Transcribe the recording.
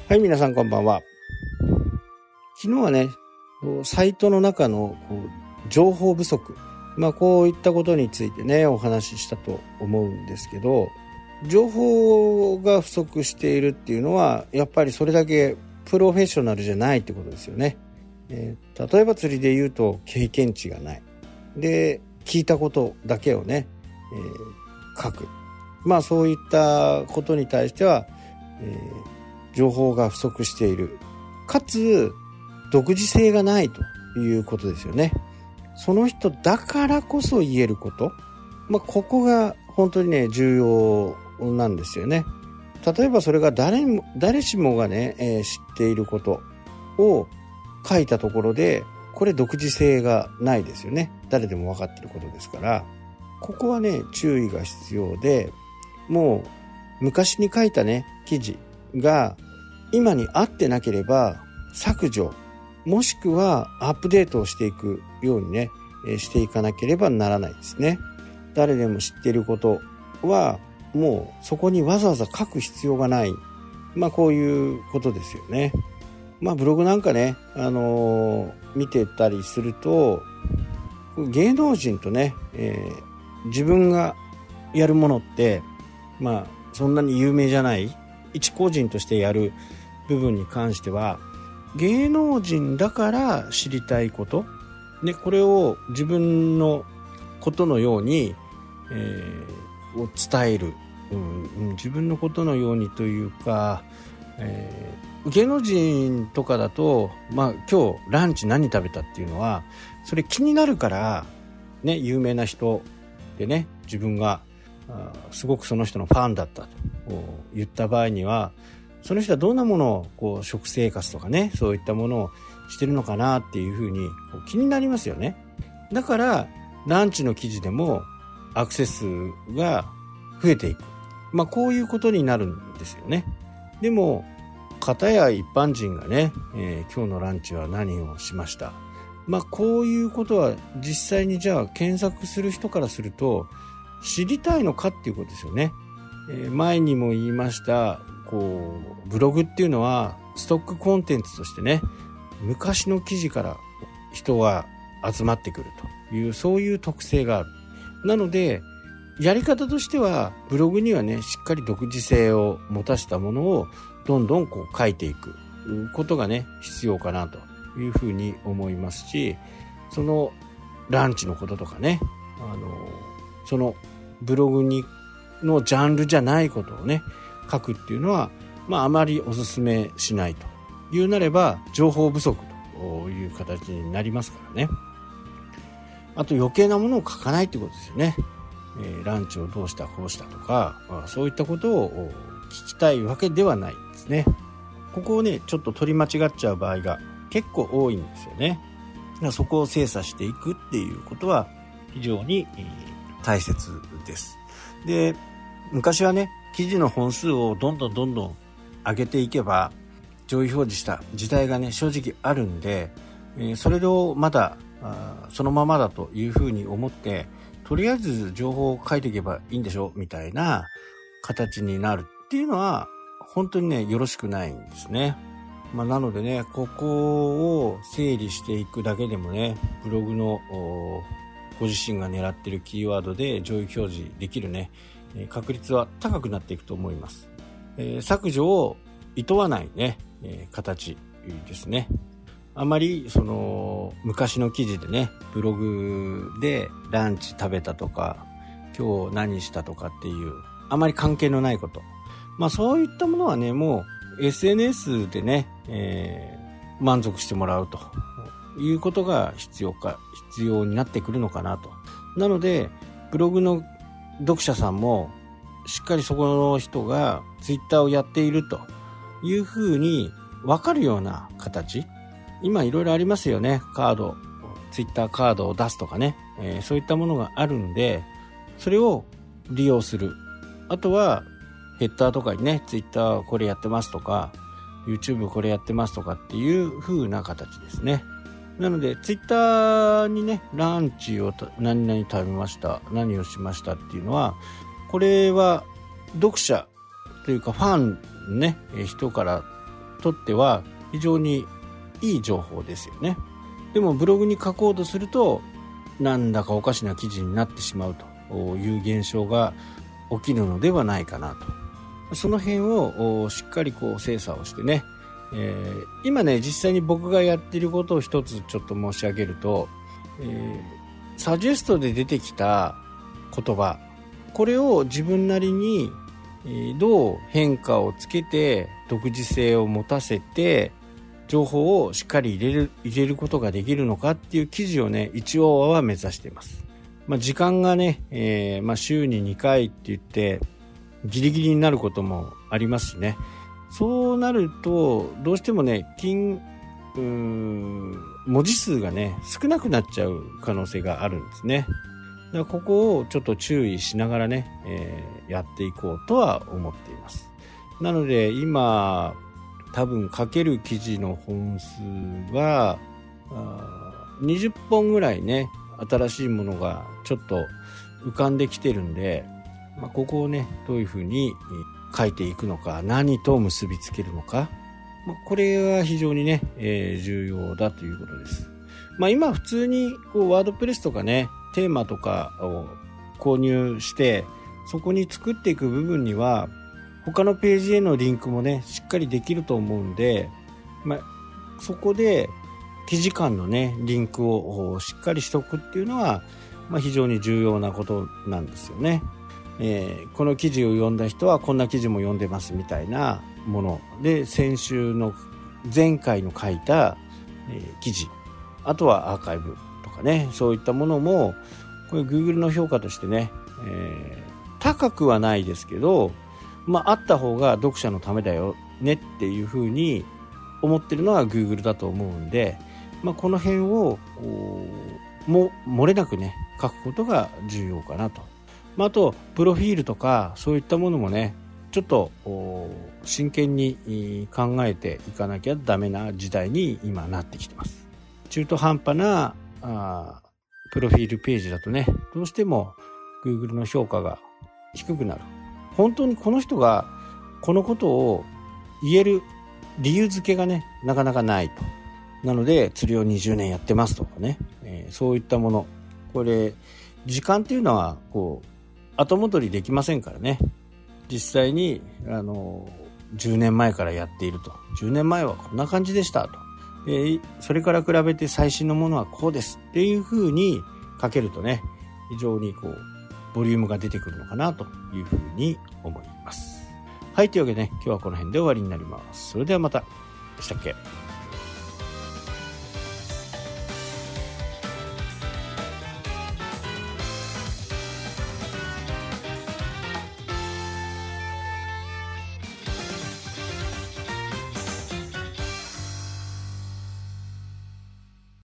はい、皆さんこんばんは。昨日はね、サイトの中の情報不足、こういったことについてね、お話ししたと思うんですけど、情報が不足しているっていうのは、やっぱりそれだけプロフェッショナルじゃないってことですよね。例えば釣りで言うと経験値がない。で、聞いたことだけをね、書く。そういったことに対しては、情報が不足している。かつ、独自性がないということですよね。その人だからこそ言えること。ここが本当にね、重要なんですよね。例えばそれが誰しもがね、知っていることを書いたところで、これ独自性がないですよね。誰でも分かっていることですから、ここはね、注意が必要で、もう昔に書いたね、記事が今に合ってなければ削除、もしくはアップデートをしていくようにね、していかなければならないですね。誰でも知っていることはもうそこにわざわざ書く必要がない。こういうことですよね。ブログなんかね、見てたりすると、芸能人とね、自分がやるものって、そんなに有名じゃない一個人としてやる部分に関しては、芸能人だから知りたいこと、ね、これを自分のことのように、を伝える、自分のことのようにというか、芸能人とかだと、今日ランチ何食べたっていうのはそれ気になるからね、有名な人でね、自分がすごくその人のファンだったと言った場合には、その人はどんなものを食生活とかね、そういったものをしてるのかなっていうふうに気になりますよね。だからランチの記事でもアクセスが増えていく、こういうことになるんですよね。でも片や一般人がね、今日のランチは何をしました、こういうことは実際にじゃあ検索する人からすると知りたいのかっていうことですよね。前にも言いました、ブログっていうのはストックコンテンツとしてね、昔の記事から人が集まってくるという、そういう特性がある。なのでやり方としては、ブログにはね、しっかり独自性を持たせたものをどんどん書いていくことがね、必要かなというふうに思いますし、そのランチのこととかね、そのブログのジャンルじゃないことをね、書くっていうのは、あまりお勧めしないというなれば、情報不足という形になりますからね。あと余計なものを書かないってことですよね。ランチをどうしたこうしたとか、そういったことを聞きたいわけではないんですね。ここをね、ちょっと取り間違っちゃう場合が結構多いんですよね。そこを精査していくっていうことは非常に大切です。で、昔はね、記事の本数をどんどん上げていけば上位表示した時代がね、正直あるんで、それをまだそのままだというふうに思って、とりあえず情報を書いていけばいいんでしょみたいな形になるっていうのは本当にね、よろしくないんですね。なのでね、ここを整理していくだけでもね、ブログのご自身が狙っているキーワードで上位表示できるね、確率は高くなっていくと思います。削除を厭わないね、形ですね。あまりその昔の記事でね、ブログでランチ食べたとか今日何したとかっていうあまり関係のないこと、そういったものはね、もう SNS でね、満足してもらうということが必要になってくるのかなと。なのでブログの読者さんもしっかりそこの人がツイッターをやっているというふうに分かるような形、今いろいろありますよね。ツイッターカードを出すとかね、そういったものがあるんで、それを利用する。あとはヘッダーとかにね、ツイッターこれやってますとか YouTube これやってますとかっていう風な形ですね。なのでツイッターにね、ランチを何々食べました、何をしましたっていうのは、これは読者というかファンね、人からとっては非常にいい情報ですよね。でもブログに書こうとするとなんだかおかしな記事になってしまうという現象が起きるのではないかなと。その辺をしっかり精査をしてね、今ね実際に僕がやっていることを一つちょっと申し上げると、サジェストで出てきた言葉、これを自分なりにどう変化をつけて独自性を持たせて情報をしっかり入れることができるのかっていう記事をね一応は目指しています。時間がね、週に2回って言ってギリギリになることもありますしね。そうなるとどうしてもね文字数がね少なくなっちゃう可能性があるんですね。だからここをちょっと注意しながらね、やっていこうとは思っています。なので今多分書ける記事の本数は20本ぐらいね新しいものがちょっと浮かんできてるんで、ここをねどういうふうに書いていくのか、何と結びつけるのか、これは非常にね、重要だということです。今普通にワードプレスとかねテーマとかを購入してそこに作っていく部分には他のページへのリンクもねしっかりできると思うんで、そこで記事間のねリンクをしっかりしておくっていうのは、非常に重要なことなんですよね。この記事を読んだ人はこんな記事も読んでますみたいなもので、先週の前回の書いた、記事、あとはアーカイブとかね、そういったものもこれ Google の評価としてね、高くはないですけど、あった方が読者のためだよねっていうふうに思ってるのは Google だと思うんで、この辺を漏れなくね書くことが重要かなと。あとプロフィールとかそういったものもねちょっと真剣に考えていかなきゃダメな時代に今なってきてます。中途半端なプロフィールページだとねどうしても Google の評価が低くなる。本当にこの人がこのことを言える理由付けがねなかなかないと。なので釣りを20年やってますとかね、そういったもの、これ時間っていうのは後戻りできませんからね。実際に10年前からやっていると、10年前はこんな感じでしたと、それから比べて最新のものはこうですっていう風に書けるとね非常にボリュームが出てくるのかなという風に思います。はい、というわけでね今日はこの辺で終わりになります。それではまた。でしたっけ。